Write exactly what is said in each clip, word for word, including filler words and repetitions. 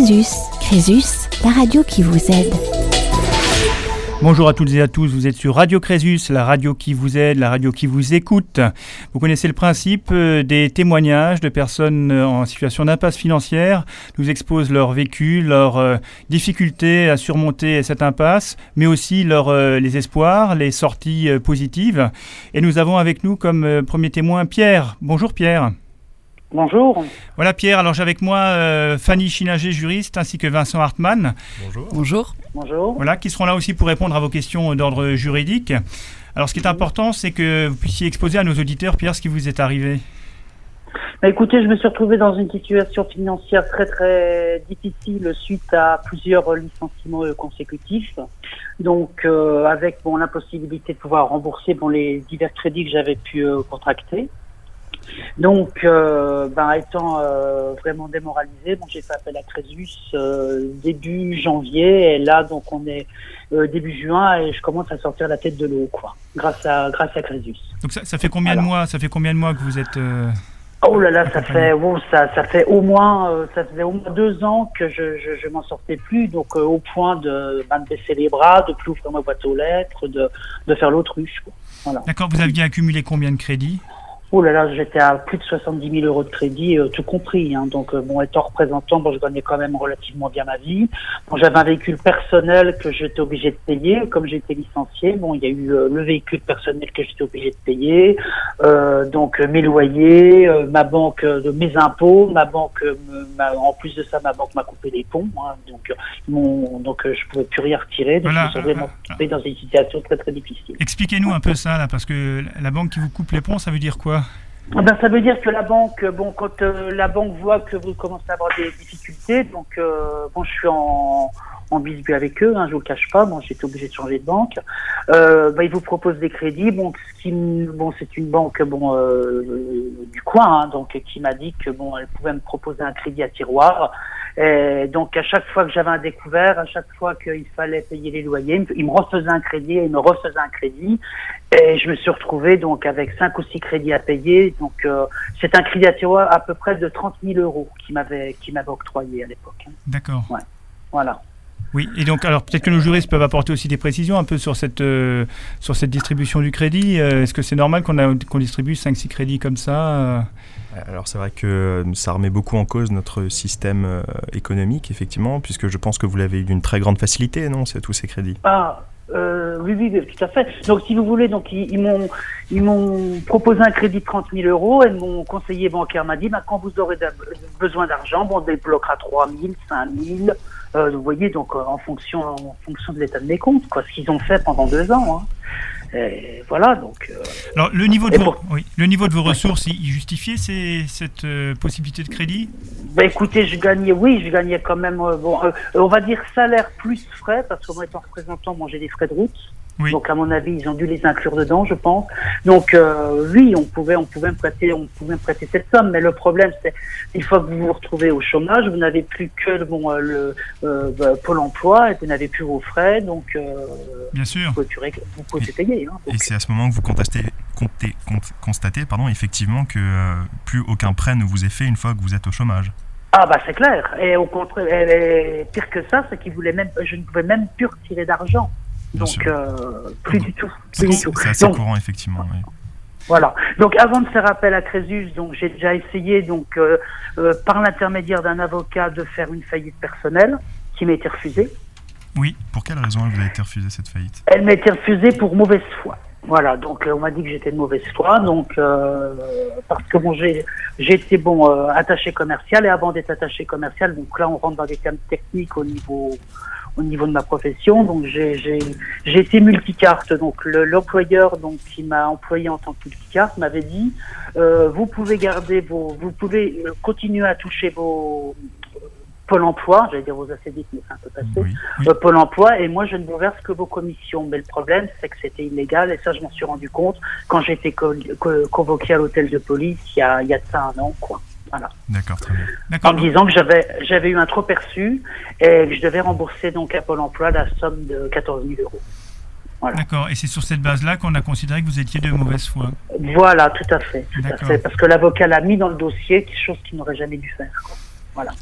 Crésus. Crésus, la radio qui vous aide. Bonjour à toutes et à tous, vous êtes sur Radio Crésus, la radio qui vous aide, la radio qui vous écoute. Vous connaissez le principe des témoignages de personnes en situation d'impasse financière, nous exposent leur vécu, leurs euh, difficultés à surmonter cette impasse, mais aussi leurs, euh, les espoirs, les sorties euh, positives. Et nous avons avec nous comme euh, premier témoin Pierre. Bonjour Pierre. Bonjour. Voilà Pierre, alors j'ai avec moi euh, Fanny Chinager, juriste, ainsi que Vincent Hartmann. Bonjour. Bonjour. Bonjour. Voilà, qui seront là aussi pour répondre à vos questions d'ordre juridique. Alors ce qui est important, c'est que vous puissiez exposer à nos auditeurs, Pierre, ce qui vous est arrivé. Bah, écoutez, je me suis retrouvé dans une situation financière très très difficile suite à plusieurs licenciements consécutifs. Donc euh, avec bon, l'impossibilité de pouvoir rembourser bon, les divers crédits que j'avais pu euh, contracter. Donc, euh, ben, étant euh, vraiment démoralisé, bon, j'ai fait appel à Crésus euh, début janvier, et là, donc, on est euh, début juin, et je commence à sortir la tête de l'eau, quoi, grâce à grâce à Crésus. Donc, ça, ça fait combien voilà. de mois Ça fait combien de mois que vous êtes euh, Oh là là, ça fait, oh, ça, ça fait au moins, euh, ça faisait au moins deux ans que je, je, je m'en sortais plus, donc euh, au point de, ben, de baisser les bras, de plus ouvrir ma boîte aux lettres, de, de faire l'autruche, quoi. Voilà. D'accord. Vous aviez accumulé combien de crédits? Oh là là, j'étais à plus de soixante-dix mille euros de crédit, euh, tout compris. Hein. Donc, euh, bon, étant représentant, bon, je gagnais quand même relativement bien ma vie. Bon, j'avais un véhicule personnel que j'étais obligé de payer, comme j'ai été licencié. Bon, il y a eu euh, le véhicule personnel que j'étais obligé de payer, euh, donc euh, mes loyers, euh, ma banque, euh, mes impôts, ma banque, euh, ma, en plus de ça, ma banque m'a coupé les ponts. Hein. Donc, euh, mon, donc, euh, je pouvais plus rien retirer. Donc, voilà. je me suis vraiment trouvé dans une situation très très difficile. Expliquez-nous un peu ça là, parce que la banque qui vous coupe les ponts, ça veut dire quoi? Ben, ça veut dire que la banque, bon, quand euh, la banque voit que vous commencez à avoir des difficultés, donc euh, bon, je suis en, en bisbee avec eux, hein, je vous le cache pas, bon, j'étais obligé de changer de banque. Euh, ben, ils vous proposent des crédits, bon, ce qui, bon, c'est une banque, bon, euh, du coin, hein, donc qui m'a dit que bon, elle pouvait me proposer un crédit à tiroir. Et donc à chaque fois que j'avais un découvert, à chaque fois qu'il fallait payer les loyers, il me refaisait un crédit et il me refaisait un crédit. Et je me suis retrouvé donc avec cinq ou six crédits à payer. Donc euh, c'est un crédit à tiroir à peu près de trente mille euros qui m'avait qui m'avait octroyé à l'époque. Hein. D'accord. Ouais. Voilà. Oui, et donc alors peut-être que nos juristes peuvent apporter aussi des précisions un peu sur cette euh, sur cette distribution du crédit. Euh, est-ce que c'est normal qu'on a qu'on distribue cinq six crédits comme ça euh... Alors c'est vrai que ça remet beaucoup en cause notre système euh, économique, effectivement, puisque je pense que vous l'avez eu d'une très grande facilité, non, c'est tous ces crédits. Ah. Euh, oui, oui, tout à fait. Donc, si vous voulez, donc ils, ils m'ont, ils m'ont proposé un crédit de trente mille euros et mon conseiller bancaire m'a dit, bah, quand vous aurez besoin d'argent, bon, on débloquera trois mille, cinq mille. Euh, vous voyez, donc euh, en fonction, en fonction de l'état de mes comptes, quoi, ce qu'ils ont fait pendant deux ans. Hein. Et voilà, donc. Euh, Alors, le niveau de vos, pour... oui, le niveau de vos ressources, il justifiait ces, cette euh, possibilité de crédit? Ben écoutez, je gagnais, oui, je gagnais quand même, euh, bon, euh, on va dire salaire plus frais, parce que moi étant représentant, bon, j'ai des frais de route. Oui. Donc à mon avis, ils ont dû les inclure dedans, je pense. Donc euh, oui, on pouvait, on pouvait me prêter, on pouvait me prêter cette somme, mais le problème, c'est une fois que vous vous retrouvez au chômage, vous n'avez plus que bon euh, le euh, bah, Pôle Emploi, et vous n'avez plus vos frais, donc euh, bien sûr, vous pouvez, vous pouvez se payer. Hein, et c'est à ce moment que vous constatez, comptez, constatez, pardon, effectivement que euh, plus aucun prêt ne vous est fait une fois que vous êtes au chômage. Ah bah c'est clair. Et au contraire, et, et, pire que ça, c'est qu'ils voulaient même, je ne pouvais même plus retirer d'argent. Donc, euh, plus donc, du tout. C'est, plus du tout. c'est assez donc, courant, effectivement. Oui. Voilà. Donc, avant de faire appel à Crésus, donc j'ai déjà essayé, donc euh, euh, par l'intermédiaire d'un avocat, de faire une faillite personnelle qui m'a été refusée. Oui. Pour quelle raison elle vous a été refusée, cette faillite? Elle m'a été refusée pour mauvaise foi. Voilà. Donc, euh, on m'a dit que j'étais de mauvaise foi. Donc, euh, parce que bon, j'ai, j'ai été bon euh, attaché commercial, et avant d'être attaché commercial, donc là, on rentre dans des termes techniques au niveau. au niveau de ma profession, donc j'ai j'ai j'ai été multicarte. Donc le, l'employeur donc qui m'a employé en tant que multicarte m'avait dit euh, vous pouvez garder vos, vous pouvez continuer à toucher vos Pôle Emploi, j'allais dire vos A C D, mais c'est un peu passé, oui, oui. Euh, Pôle Emploi, et moi je ne vous verse que vos commissions. Mais le problème, c'est que c'était illégal, et ça je m'en suis rendu compte quand j'ai été co- co- convoqué à l'hôtel de police il y a il y a de ça un an, quoi. Voilà. D'accord, très bien. D'accord. En me disant que j'avais, j'avais eu un trop perçu et que je devais rembourser donc à Pôle Emploi la somme de quatorze mille euros. Voilà. D'accord, et c'est sur cette base-là qu'on a considéré que vous étiez de mauvaise foi. Voilà, tout à fait. Tout D'accord. à fait, parce que l'avocat l'a mis dans le dossier, chose qu'il n'aurait jamais dû faire. Quoi. Voilà.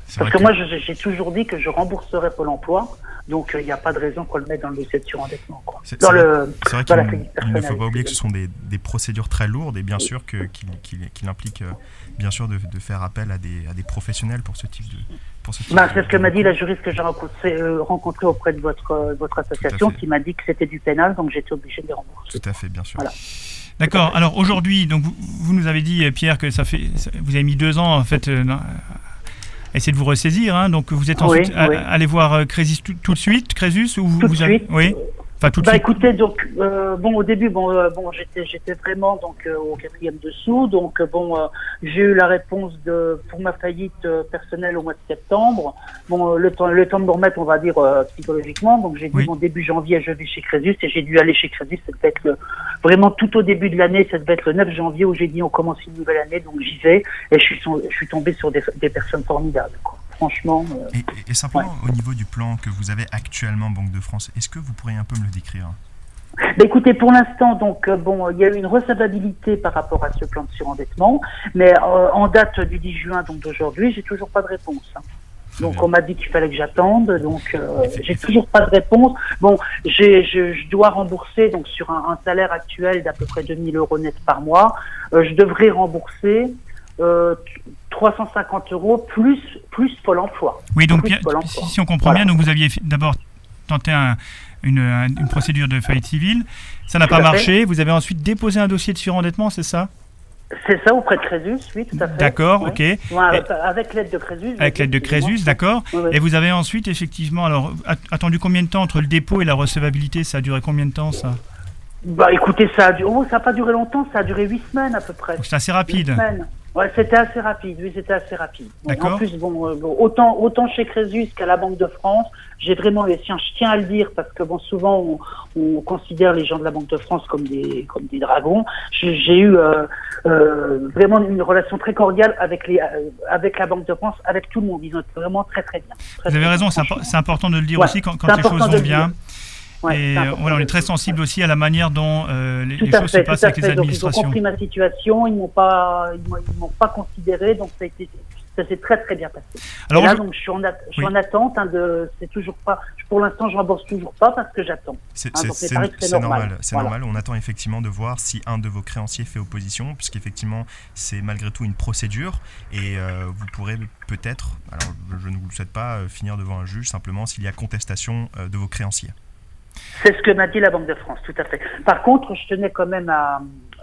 Parce que, que moi, je, j'ai toujours dit que je rembourserais Pôle emploi, donc il euh, n'y a pas de raison qu'on le mette dans le dossier de surendettement. Quoi. C'est, dans c'est le, vrai, c'est vrai dans qu'il il ne faut pas oublier que ce sont des, des procédures très lourdes et bien sûr que, qu'il, qu'il, qu'il implique euh, bien sûr de, de faire appel à des, à des professionnels pour ce type de... Pour ce type bah, de c'est ce que m'a dit la juriste que j'ai rencontrée euh, rencontré auprès de votre, euh, votre association, qui m'a dit que c'était du pénal, donc j'étais obligé de les rembourser. Tout à fait, bien sûr. Voilà. D'accord. Alors aujourd'hui, donc vous, vous nous avez dit, Pierre, que ça fait, ça, vous avez mis deux ans en fait euh, à essayer de vous ressaisir. Hein, donc vous êtes ensuite oui, oui. allé voir euh, Crésus tout, tout de suite, Crésus, ou vous, tout vous de avez, suite. oui. Enfin, tout de bah suite. écoutez, donc euh, bon au début bon euh, bon j'étais j'étais vraiment donc euh, au quatrième dessous, donc euh, bon euh, j'ai eu la réponse de pour ma faillite euh, personnelle au mois de septembre. Bon euh, le temps le temps de me remettre, on va dire euh, psychologiquement, donc j'ai dit oui. bon début janvier je vais chez Crésus et j'ai dû aller chez Crésus, ça devait être le, vraiment tout au début de l'année, ça devait être le neuf janvier où j'ai dit on commence une nouvelle année, donc j'y vais et je suis je suis tombé sur des des personnes formidables, quoi. Franchement. Euh, et, et, et simplement ouais. Au niveau du plan que vous avez actuellement Banque de France, est-ce que vous pourriez un peu me le décrire? Bah écoutez, pour l'instant, donc euh, bon, il y a eu une recevabilité par rapport à ce plan de surendettement, mais euh, en date du dix juin, donc d'aujourd'hui, j'ai toujours pas de réponse. Hein. Donc bien. On m'a dit qu'il fallait que j'attende, donc euh, j'ai toujours pas de réponse. Bon, j'ai, je, je dois rembourser donc sur un, un salaire actuel d'à peu près deux mille euros net par mois. Euh, je devrais rembourser euh, trois cent cinquante euros plus plus Pôle emploi. Oui, donc Pierre, si, si on comprend voilà. bien, donc vous aviez d'abord tenté un Une, une procédure de faillite civile, ça n'a tout pas marché, fait. Vous avez ensuite déposé un dossier de surendettement, c'est ça? C'est ça, auprès de Crésus, oui, tout à fait. D'accord, oui. ok. Ouais, et, avec l'aide de Crésus. Avec l'aide de Crésus, d'accord. Oui, oui. Et vous avez ensuite, effectivement, alors, attendu combien de temps entre le dépôt et la recevabilité? Ça a duré combien de temps, ça? Bah écoutez, ça a duré, oh, ça n'a pas duré longtemps, ça a duré huit semaines à peu près. Donc, c'est assez rapide. Ouais, c'était assez rapide, oui, c'était assez rapide. Bon, D'accord. En plus, bon, euh, bon, autant, autant chez Crésus qu'à la Banque de France, j'ai vraiment les siens, je tiens à le dire, parce que bon, souvent, on, on considère les gens de la Banque de France comme des, comme des dragons. J'ai, j'ai eu euh, euh, vraiment une relation très cordiale avec, les, euh, avec la Banque de France, avec tout le monde. Ils ont été vraiment très, très bien. Très, Vous avez très raison, bien, c'est, c'est important de le dire ouais, aussi quand, quand les choses vont bien. Ouais, et voilà, on est très sensible aussi à la manière dont euh, les, les choses fait, se passent avec les administrations. Donc, ils ont compris ma situation, ils m'ont pas, ils m'ont, ils m'ont pas considéré, donc ça a été, ça s'est très très bien passé. Alors, et là, je... donc je suis en, at- je suis oui. en attente, hein, de, c'est toujours pas, pour l'instant, je rembourse toujours pas parce que j'attends. C'est, hein, c'est, donc, c'est, c'est, c'est normal, normal c'est voilà. normal. On attend effectivement de voir si un de vos créanciers fait opposition, puisqu'effectivement, c'est malgré tout une procédure et euh, vous pourrez peut-être, alors je ne vous le souhaite pas, euh, finir devant un juge simplement s'il y a contestation euh, de vos créanciers. C'est ce que m'a dit la Banque de France, tout à fait. Par contre, je tenais quand même à,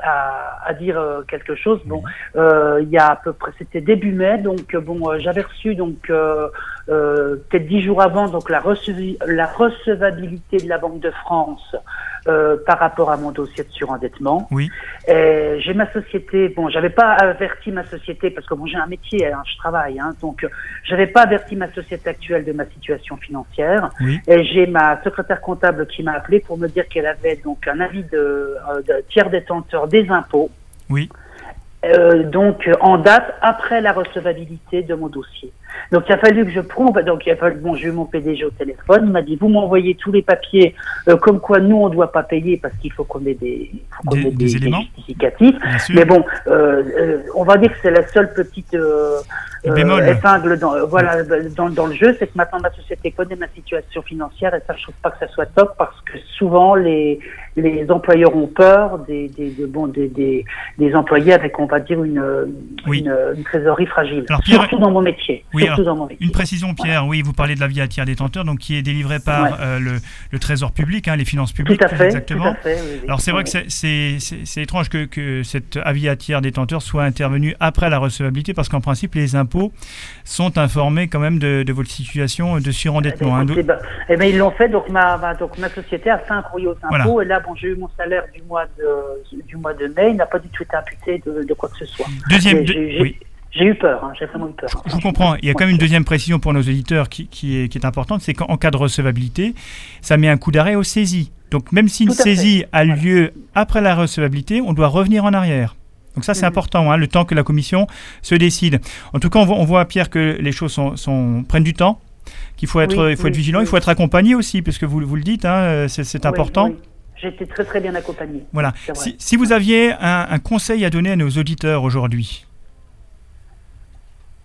à, à dire euh, quelque chose. Bon, euh, il y a à peu près, c'était début mai, donc bon, euh, j'avais reçu donc euh, euh, peut-être dix jours avant donc la, recevi- la recevabilité de la Banque de France euh, par rapport à mon dossier de surendettement. Oui. Et j'ai ma société. Bon, j'avais pas averti ma société parce que bon, j'ai un métier, hein, je travaille, hein, donc euh, j'avais pas averti ma société actuelle de ma situation financière. Oui. Et j'ai ma secrétaire comptable qui m'a appelé pour me dire qu'elle avait donc un avis de, euh, de tiers détenteur des impôts. Oui. Euh, donc en date après la recevabilité de mon dossier. Donc il a fallu que je prouve. Donc il a fallu, bon, j'ai eu mon P D G au téléphone. Il m'a dit vous m'envoyez tous les papiers euh, comme quoi nous on doit pas payer parce qu'il faut qu'on ait des, faut qu'on des, ait des, des éléments des justificatifs. Mais bon, euh, euh, on va dire que c'est la seule petite euh, euh, épingle dans euh, voilà oui. dans, dans le jeu, c'est que maintenant ma société connaît ma situation financière et ça je trouve pas que ça soit top parce que souvent les les employeurs ont peur des des, des bon des, des des employés avec on va dire une oui. une, une trésorerie fragile. Alors, Pierre, surtout dans mon métier. Oui, surtout dans mon métier. Une précision, Pierre. Voilà. Oui, vous parlez de l'avis à tiers détenteur, donc qui est délivré par ouais. euh, le, le Trésor public, hein, les finances publiques, tout à fait, exactement. Tout à fait, oui, oui. Alors c'est vrai que c'est, c'est, c'est, c'est étrange que, que cet avis à tiers détenteur soit intervenu après la recevabilité, parce qu'en principe les impôts sont informés quand même de, de votre situation de surendettement. Eh bien, hein, bah, eh bien, ils l'ont fait, donc ma, ma, donc ma société a fait un courrier aux impôts, voilà. Et là bon, j'ai eu mon salaire du mois de, du mois de mai, il n'a pas du tout été imputé de, de quoi que ce soit. Deuxième, j'ai, j'ai, oui. J'ai eu peur, hein, j'ai vraiment eu peur. Je, je vous comprends. Il y a quand même une deuxième précision pour nos auditeurs qui, qui, est, qui est importante, c'est qu'en cas de recevabilité, ça met un coup d'arrêt aux saisies. Donc même si une saisie fait. a lieu après la recevabilité, on doit revenir en arrière. Donc ça, c'est mmh. important, hein, le temps que la commission se décide. En tout cas, on voit, on voit Pierre, que les choses sont, sont, prennent du temps, qu'il faut être, oui, il faut oui, être vigilant, oui. il faut être accompagné aussi, parce que vous, vous le dites, hein, c'est, c'est important. Oui, oui. J'ai été très très bien accompagné. Voilà. Si, si vous aviez un, un conseil à donner à nos auditeurs aujourd'hui.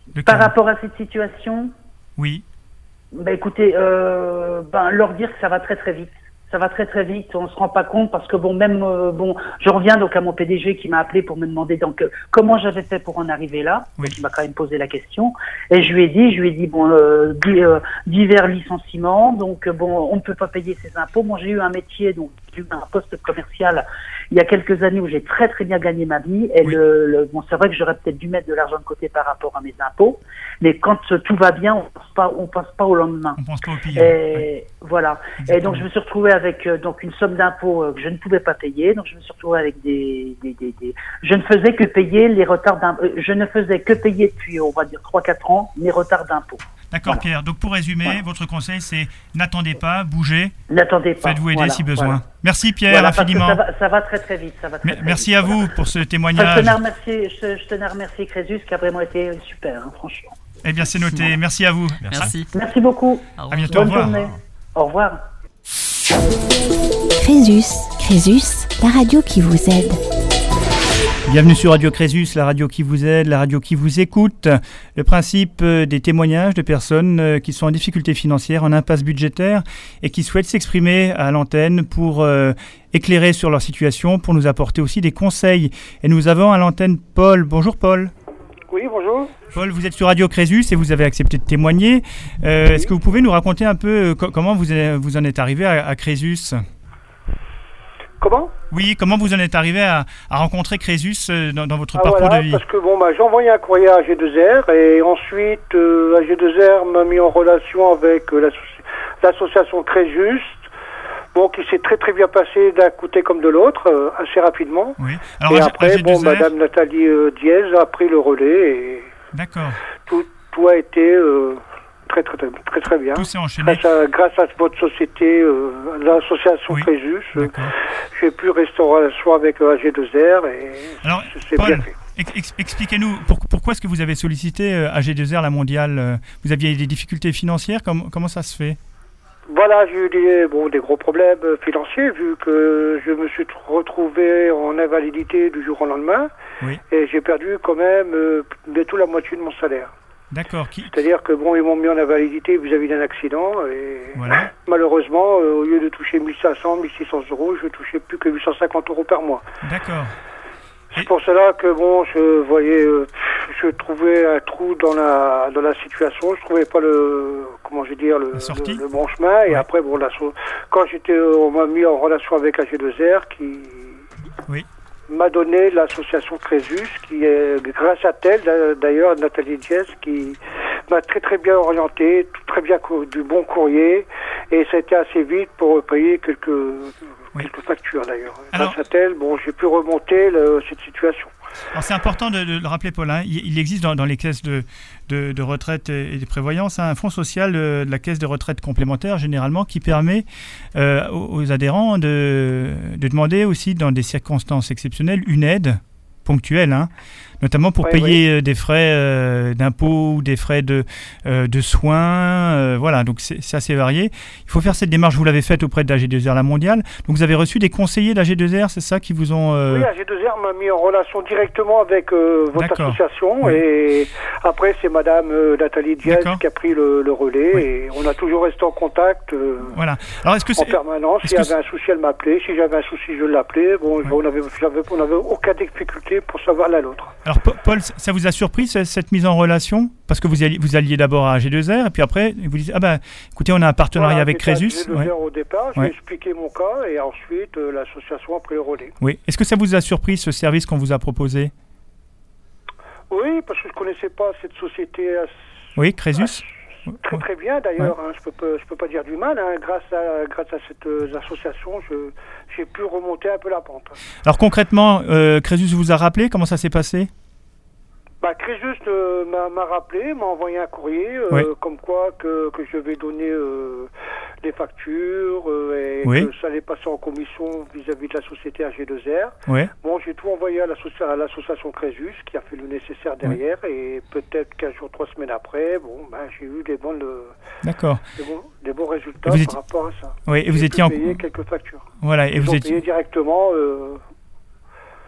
Lequel ? Par rapport à cette situation, Oui. bah écoutez, euh, ben, leur dire que ça va très très vite. Ça va très très vite, on se rend pas compte parce que bon, même euh, bon, je reviens donc à mon P D G qui m'a appelé pour me demander donc euh, comment j'avais fait pour en arriver là. Oui. Donc, il m'a quand même posé la question et je lui ai dit, je lui ai dit bon, euh, di- euh, divers licenciements, donc euh, bon, on ne peut pas payer ses impôts. Moi, j'ai eu un métier, donc j'ai eu un poste commercial il y a quelques années où j'ai très très bien gagné ma vie et Oui. le, le bon, c'est vrai que j'aurais peut-être dû mettre de l'argent de côté par rapport à mes impôts, mais quand euh, tout va bien, on pense pas, on pense pas au lendemain. On pense pas au pire. Et Ouais. voilà. Exactement. Et donc je me suis retrouvé avec euh, donc une somme d'impôts euh, que je ne pouvais pas payer. Donc je me suis retrouvé avec des, des, des, des... je ne faisais que payer les retards d'impôts. Euh, je ne faisais que payer depuis on va dire trois quatre ans mes retards d'impôts. D'accord, Voilà. Pierre. Donc, pour résumer, Voilà. votre conseil, c'est n'attendez pas, bougez, N'attendez pas. faites-vous aider Voilà, si besoin. voilà. Merci, Pierre, Voilà, parce que infiniment. ça va, ça va très très vite. Ça va très, Me- très Merci vite, à voilà. vous pour ce Enfin, je, témoignage. tenais à remercier, je, je tenais à remercier Crésus qui a vraiment été super, hein, franchement. Eh bien, c'est noté. Merci à vous. Merci. Merci beaucoup. À bientôt. Au Bonne revoir. journée. Au revoir. Crésus, Crésus, la radio qui vous aide. Bienvenue sur Radio Crésus, la radio qui vous aide, la radio qui vous écoute. Le principe euh, des témoignages de personnes euh, qui sont en difficulté financière, en impasse budgétaire et qui souhaitent s'exprimer à l'antenne pour euh, éclairer sur leur situation, pour nous apporter aussi des conseils. Et nous avons à l'antenne Paul. Bonjour Paul. Oui, bonjour. Paul, vous êtes sur Radio Crésus et vous avez accepté de témoigner. Euh, Oui. Est-ce que vous pouvez nous raconter un peu euh, co- comment vous, êtes- vous en êtes arrivé à, à Crésus ? Comment Oui, comment vous en êtes arrivé à, à rencontrer Crésus euh, dans, dans votre Ah parcours voilà, de vie ? parce que bon, bah, j'ai envoyé un courrier à A G deux R et ensuite euh, A G deux R m'a mis en relation avec euh, l'associ- l'association Crésus. Bon, qui s'est très très bien passé d'un côté comme de l'autre, euh, assez rapidement. Oui. Alors, et A G- après, A G deux bon, R, Madame Nathalie euh, Diez a pris le relais et D'accord. tout, tout a été euh, très, très très très très bien. Tout s'est enchaîné. Grâce à, grâce à votre société, euh, l'association Oui. Crésus, euh, D'accord. j'ai pu rester en relation avec euh, A G deux R et Alors, c'est Paul, bien fait. ex- ex- expliquez-nous pour- pourquoi est-ce que vous avez sollicité euh, A G deux R, la mondiale euh, Vous aviez des difficultés financières. Comment, comment ça se fait ? Voilà, j'ai eu des, bon, des gros problèmes euh, financiers vu que je me suis tr- retrouvé en invalidité du jour au lendemain Oui. et j'ai perdu quand même euh, bientôt la moitié de mon salaire. D'accord. Qui... C'est-à-dire que bon, ils m'ont mis en invalidité vis-à-vis d'un accident et Voilà. malheureusement, euh, au lieu de toucher mille cinq cents, mille six cents euros, je touchais plus que huit cent cinquante euros par mois. D'accord. C'est pour cela que bon, je voyais, euh, je trouvais un trou dans la dans la situation. Je trouvais pas le, comment je vais dire, le, La sortie. le, le bon chemin. Et Ouais. après, bon, la, so- quand j'étais, euh, on m'a mis en relation avec A G deux R, qui Oui. m'a donné l'association Crésus, qui est grâce à elle, d'a- d'ailleurs, Nathalie Diez, qui m'a très très bien orienté, tout très bien cou- du bon courrier, et ça a été assez vite pour payer quelques Oui. quelques factures d'ailleurs. Alors- Grâce à elle, bon, j'ai pu remonter le- cette situation. Alors c'est important de, de le rappeler, Paul. hein. Il, il existe dans, dans les caisses de, de, de retraite et de prévoyance hein, un fonds social de, de la caisse de retraite complémentaire, généralement, qui permet euh, aux, aux adhérents de, de demander aussi, dans des circonstances exceptionnelles, une aide ponctuelle, hein, notamment pour Ouais, payer euh, des frais euh, d'impôt ou des frais de, euh, de soins. euh, voilà, donc c'est c'est assez varié. Il faut faire cette démarche, vous l'avez faite auprès de l'A G deux R La Mondiale. Donc vous avez reçu des conseillers d'A G deux R, c'est ça, qui vous ont... euh, Oui, A G deux R m'a mis en relation directement avec euh, votre D'accord. association Oui. et après c'est Madame euh, Nathalie Diaz D'accord. qui a pris le, le relais Oui. et on a toujours resté en contact euh, Voilà. Alors est-ce que en c'est... permanence. est-ce S'il y que avait un souci, elle m'appelait. Si j'avais un souci, je l'appelais. Bon, Ouais. on avait, j'avais, on n'avait aucune difficulté pour savoir l'un l'autre. Alors Pa- Paul, ça vous a surpris ce- cette mise en relation? Parce que vous alliez, vous alliez d'abord à A G deux R et puis après vous dites ah ben écoutez on a un partenariat Voilà, avec j'étais à Crésus. A G deux R Ouais. au départ, j'ai Ouais. expliqué mon cas et ensuite euh, l'association a pris le relais. Oui. Est-ce que ça vous a surpris ce service qu'on vous a proposé? Oui, parce que je connaissais pas cette société. à- Oui, Crésus. Très très bien d'ailleurs, hein, je peux pas, je peux pas dire du mal. Hein, grâce à grâce à cette euh, association, je j'ai pu remonter un peu la pente. Alors concrètement, euh, Crésus vous a rappelé, comment ça s'est passé? Bah, Crésus euh, m'a m'a rappelé, m'a envoyé un courrier, euh, Oui. comme quoi que, que je vais donner euh, les factures euh, et Oui. que ça allait passer en commission vis-à-vis de la société A G deux R. Oui. Bon, j'ai tout envoyé à l'associ- à l'association Crésus qui a fait le nécessaire derrière et peut-être quinze jours, trois semaines après, bon, ben, j'ai eu des, bonnes, euh, D'accord. des, bons, des bons résultats Et vous par étiez- rapport à ça. Oui. Et vous J'ai étiez pu en payer quelques factures. voilà et Ils vous ont étiez payé directement euh,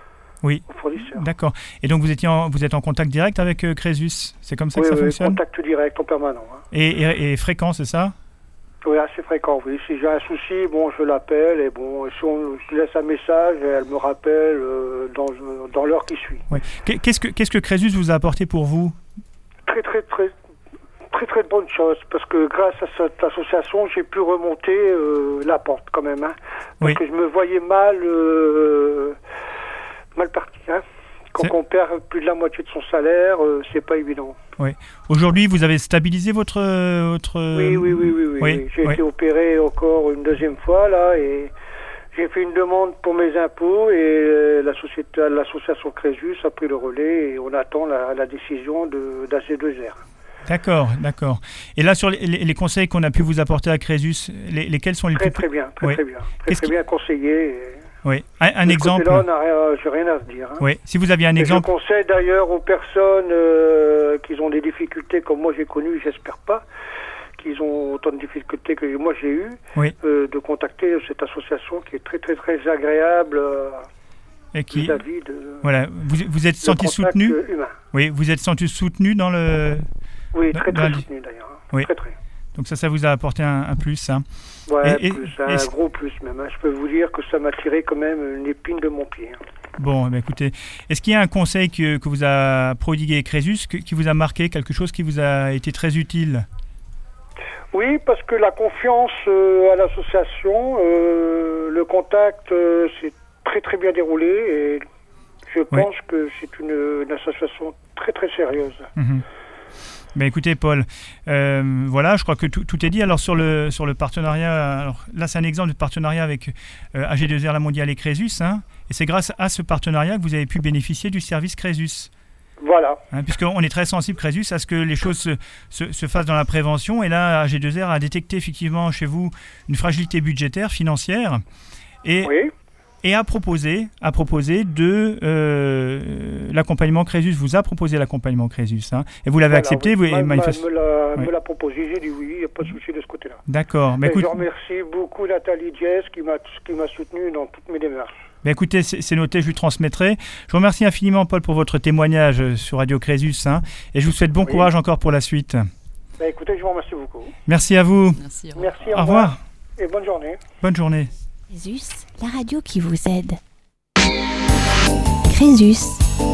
oui. aux fournisseurs. D'accord. Et donc vous, étiez en, vous êtes en contact direct avec euh, Crésus? C'est comme ça oui, que ça oui, fonctionne? Contact direct en permanent. Hein. Et, et, et fréquent, c'est ça? Oui, assez fréquent, oui. Si j'ai un souci, bon, je l'appelle et bon, si on je laisse un message, elle me rappelle euh, dans, dans l'heure qui suit. Oui. Qu'est-ce que, qu'est-ce que Crésus vous a apporté pour vous? Très, très, très, très, très bonne chose, parce que grâce à cette association, j'ai pu remonter euh, la pente quand même. Hein, parce oui. que je me voyais mal, euh, mal parti. Hein. Quand c'est... on perd plus de la moitié de son salaire, euh, c'est pas évident. Oui. Aujourd'hui, vous avez stabilisé votre... votre... Oui, oui, oui, oui, oui, oui. oui. J'ai oui. été opéré encore une deuxième fois, là, et j'ai fait une demande pour mes impôts, et la société, l'association Crésus a pris le relais, et on attend la, la décision de, d'A G deux R. D'accord, d'accord. Et là, sur les, les conseils qu'on a pu vous apporter à Crésus, les, lesquels sont les très, plus... Très bien, très, oui. très bien. Très, Qu'est-ce très qui... bien conseillé. Et... Oui, un, un exemple. Là, on n'a rien, j'ai rien à se dire. Hein. Oui, si vous aviez un et exemple. Je conseille d'ailleurs aux personnes euh, qui ont des difficultés comme moi j'ai connu, j'espère pas, qu'ils ont autant de difficultés que moi j'ai eu, oui. euh, de contacter cette association qui est très très très agréable euh, et qui, vis-à-vis de. Voilà, vous vous êtes senti soutenu. Humain. Oui, vous êtes senti soutenu dans le. Oui, très très dans... soutenu d'ailleurs. Hein. Oui. Très très. Donc ça, ça vous a apporté un, un plus, hein. Ouais, et, plus, et, un et... gros plus même. Hein. Je peux vous dire que ça m'a tiré quand même une épine de mon pied. Hein. Bon, ben écoutez, est-ce qu'il y a un conseil que, que vous a prodigué Crésus, que, qui vous a marqué, quelque chose qui vous a été très utile? Oui, parce que la confiance euh, à l'association, euh, le contact euh, s'est très très bien déroulé et je pense oui. que c'est une, une association très très sérieuse. Mmh. Ben écoutez Paul, euh, voilà, je crois que tout, tout est dit. Alors sur le sur le partenariat, alors là c'est un exemple de partenariat avec euh, A G deux R La Mondiale et Crésus, hein, et c'est grâce à ce partenariat que vous avez pu bénéficier du service Crésus. Voilà. Hein, puisqu'on est très sensible Crésus à ce que les choses se, se, se fassent dans la prévention, et là A G deux R a détecté effectivement chez vous une fragilité budgétaire, financière, et oui. Et a proposé, a proposé de euh, l'accompagnement Crésus, vous a proposé l'accompagnement Crésus, hein, et vous l'avez voilà, accepté, oui. vous Ma, manifest... me, l'a, oui. me l'a proposé, j'ai dit oui, il n'y a pas de souci de ce côté-là. D'accord. Mais écoute... Je remercie beaucoup Nathalie Diez qui m'a, qui m'a soutenu dans toutes mes démarches. Ben écoutez, c'est, c'est noté, je lui transmettrai. Je vous remercie infiniment Paul pour votre témoignage sur Radio Crésus, hein, et je vous souhaite bon oui. courage encore pour la suite. Ben écoutez, je vous remercie beaucoup. Merci à vous. Merci, au revoir. Merci, au revoir. Et bonne journée. Bonne journée. Crésus, la radio qui vous aide. Crésus.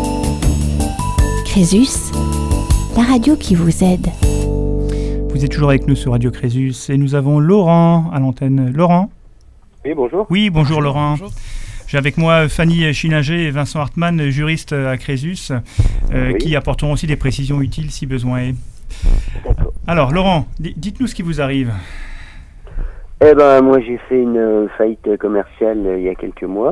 Crésus, la radio qui vous aide. Vous êtes toujours avec nous sur Radio Crésus et nous avons Laurent à l'antenne. Laurent ? Oui, bonjour. Oui, bonjour Laurent. Bonjour. J'ai avec moi Fanny Schillinger et Vincent Hartmann, juristes à Crésus, euh, oui. qui apporteront aussi des précisions utiles si besoin est. D'accord. Alors Laurent, d- dites-nous ce qui vous arrive. Eh ben, moi j'ai fait une faillite commerciale euh, il y a quelques mois.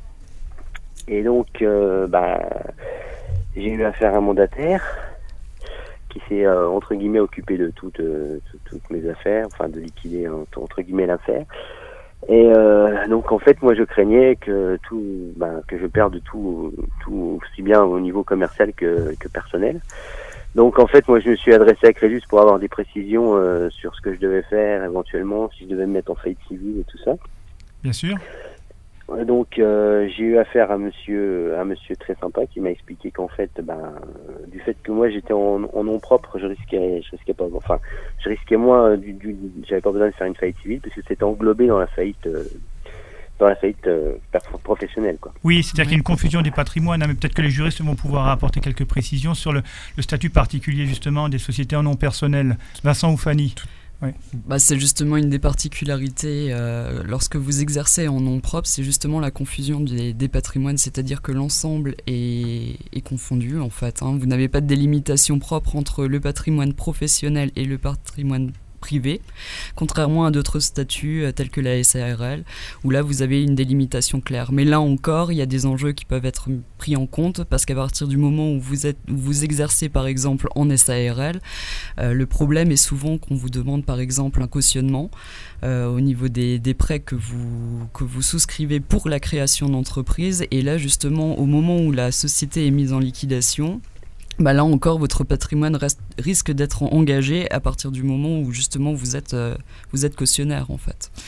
Et donc, euh, bah, j'ai eu affaire à un mandataire qui s'est, euh, entre guillemets, occupé de toutes, euh, toutes mes affaires, enfin de liquider, entre, entre guillemets, l'affaire. Et euh, donc, en fait, moi je craignais que tout, bah, que je perde tout, tout aussi bien au niveau commercial que, que personnel. Donc en fait, moi je me suis adressé à Crésus pour avoir des précisions euh, sur ce que je devais faire éventuellement, si je devais me mettre en faillite civile et tout ça. Bien sûr. Donc euh, j'ai eu affaire à monsieur, à monsieur très sympa qui m'a expliqué qu'en fait, ben, du fait que moi j'étais en, en nom propre, je risquais, je risquais pas, enfin, je risquais moins, du, du, j'avais pas besoin de faire une faillite civile parce que c'était englobé dans la faillite. Euh, dans la faillite euh, professionnelle, quoi. Oui, c'est-à-dire qu'il y a une confusion des patrimoines, hein, mais peut-être que les juristes vont pouvoir apporter quelques précisions sur le, le statut particulier justement des sociétés en nom personnel. Vincent ou Fanny ? Oui. Bah, c'est justement une des particularités euh, lorsque vous exercez en nom propre, c'est justement la confusion des, des patrimoines, c'est-à-dire que l'ensemble est, est confondu en fait. Hein. Vous n'avez pas de délimitation propre entre le patrimoine professionnel et le patrimoine privé, contrairement à d'autres statuts euh, tels que la S A R L, où là vous avez une délimitation claire. Mais là encore, il y a des enjeux qui peuvent être pris en compte, parce qu'à partir du moment où vous, êtes, où vous exercez par exemple en S A R L, euh, le problème est souvent qu'on vous demande par exemple un cautionnement euh, au niveau des, des prêts que vous, que vous souscrivez pour la création d'entreprise, et là justement au moment où la société est mise en liquidation, bah là encore, votre patrimoine reste, risque d'être engagé à partir du moment où justement vous êtes, euh, vous êtes cautionnaire en fait.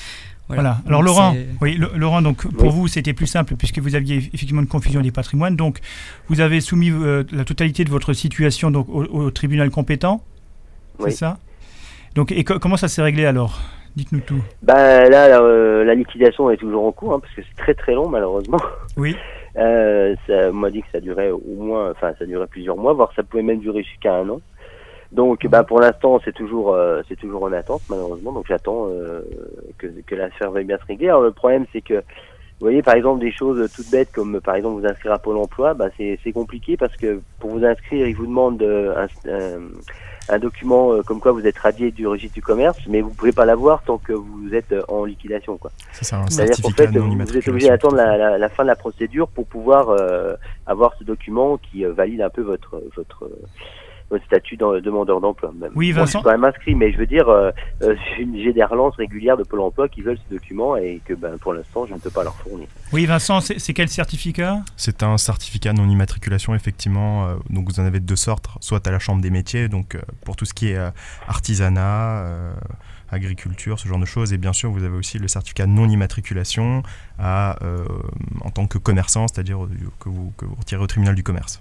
Voilà. voilà. Alors donc Laurent, oui, le, Laurent, donc pour oui. vous c'était plus simple puisque vous aviez effectivement une confusion des patrimoines. Donc vous avez soumis euh, la totalité de votre situation donc au, au tribunal compétent. Oui. C'est ça. Donc et co- comment ça s'est réglé alors? Dites-nous tout. Ben là, la, euh, la liquidation est toujours en cours hein, parce que c'est très très long malheureusement. Oui. Euh, ça, on m'a dit que ça durait au moins, enfin ça durait plusieurs mois, voire ça pouvait même durer jusqu'à un an. Donc, bah, pour l'instant, c'est toujours, euh, c'est toujours en attente, malheureusement. Donc, j'attends euh, que, que l'affaire veuille bien se régler. Alors, le problème, c'est que, vous voyez, par exemple, des choses toutes bêtes, comme par exemple vous inscrire à Pôle Emploi, bah, c'est, c'est compliqué parce que pour vous inscrire, ils vous demandent euh, un, un, un document euh, comme quoi vous êtes radié du registre du commerce, mais vous pouvez pas l'avoir tant que vous êtes en liquidation, quoi. C'est ça, un C'est-à-dire qu'en fait, vous, vous êtes obligé d'attendre la, la, la fin de la procédure pour pouvoir euh, avoir ce document qui euh, valide un peu votre, votre votre statut de demandeur d'emploi. Même. Oui, Vincent. Moi, je suis quand même inscrit, mais je veux dire, euh, euh, j'ai des relances régulières de Pôle emploi qui veulent ce document et que ben, pour l'instant, je ne peux pas leur fournir. Oui, Vincent, c'est, c'est quel certificat ? C'est un certificat non-immatriculation, effectivement. Euh, donc vous en avez de deux sortes, soit à la Chambre des métiers, donc euh, pour tout ce qui est euh, artisanat, euh, agriculture, ce genre de choses. Et bien sûr, vous avez aussi le certificat non-immatriculation à, euh, en tant que commerçant, c'est-à-dire que vous, que vous retirez au tribunal du commerce.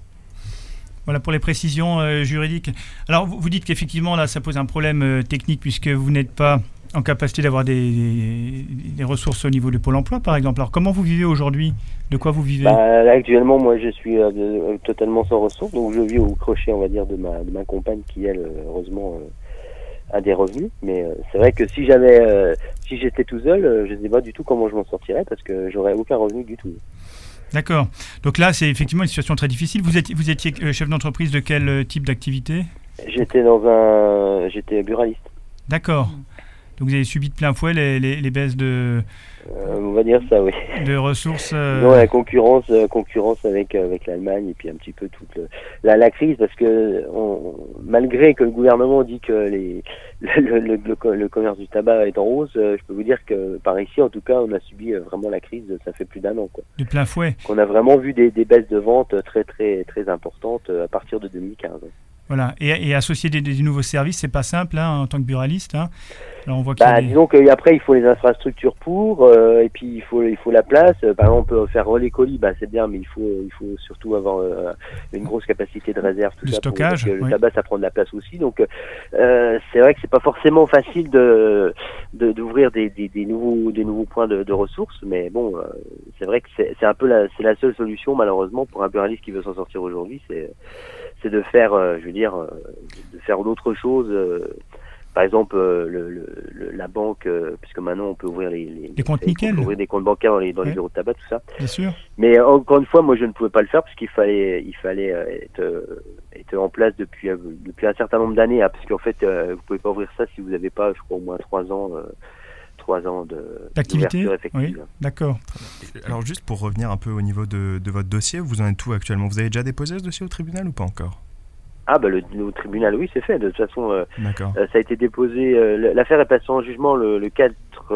Voilà pour les précisions euh, juridiques. Alors, vous, vous dites qu'effectivement, là, ça pose un problème euh, technique puisque vous n'êtes pas en capacité d'avoir des, des, des ressources au niveau de Pôle emploi, par exemple. Alors, comment vous vivez aujourd'hui ? De quoi vous vivez ? Bah, là, actuellement, moi, je suis euh, de, euh, totalement sans ressources. Donc, je vis au crochet, on va dire, de ma, de ma compagne qui, elle, heureusement, euh, a des revenus. Mais euh, c'est vrai que si j'avais, euh, si j'étais tout seul, euh, je ne sais pas du tout comment je m'en sortirais parce que j'aurais aucun revenu du tout. D'accord. Donc là, c'est effectivement une situation très difficile. Vous étiez, vous étiez chef d'entreprise de quel type d'activité ? J'étais dans un, j'étais buraliste. D'accord. Donc vous avez subi de plein fouet les, les, les baisses de. Euh, on va dire ça, oui. De ressources. Euh... Non, la concurrence, euh, concurrence avec euh, avec l'Allemagne et puis un petit peu toute le, la la crise parce que on, malgré que le gouvernement dit que les le le, le, le commerce du tabac est en hausse, euh, je peux vous dire que par ici, en tout cas, on a subi euh, vraiment la crise. Ça fait plus d'un an, quoi. De plein fouet. On a vraiment vu des des baisses de vente très très très importantes euh, à partir de deux mille quinze. Voilà, et, et associer des, des nouveaux services, c'est pas simple hein, en tant que buraliste. Hein. Alors on voit bah, des... disons qu'après il faut les infrastructures pour, euh, et puis il faut il faut la place. Par exemple, on peut faire relais colis, bah c'est bien, mais il faut il faut surtout avoir euh, une grosse capacité de réserve, tout le ça. Stockage, pour, oui. Le tabac, ça prend de la place aussi, donc euh, c'est vrai que c'est pas forcément facile de, de d'ouvrir des, des, des nouveaux des nouveaux points de, de ressources, mais bon, euh, c'est vrai que c'est c'est un peu la c'est la seule solution malheureusement pour un buraliste qui veut s'en sortir aujourd'hui, c'est c'est de faire, euh, je veux dire, euh, de faire d'autres choses. Euh, par exemple, euh, le, le, le, la banque, euh, puisque maintenant on peut ouvrir les, les, les comptes nickel, ouvrir des comptes bancaires dans les, dans ouais. les bureaux de tabac, tout ça. Bien sûr. Mais euh, encore une fois, moi je ne pouvais pas le faire parce qu'il fallait, il fallait euh, être, euh, être en place depuis euh, depuis un certain nombre d'années, hein, parce qu'en fait, euh, vous pouvez pas ouvrir ça si vous n'avez pas, je crois, au moins trois ans. Euh, trois ans de, d'activité, effective. Oui, d'accord. Alors juste pour revenir un peu au niveau de, de votre dossier, vous en êtes où actuellement ? Vous avez déjà déposé ce dossier au tribunal ou pas encore ? Ah bah le, le tribunal, oui, c'est fait. De toute façon, euh, D'accord. Euh, ça a été déposé. Euh, l'affaire est passée en jugement le, le quatre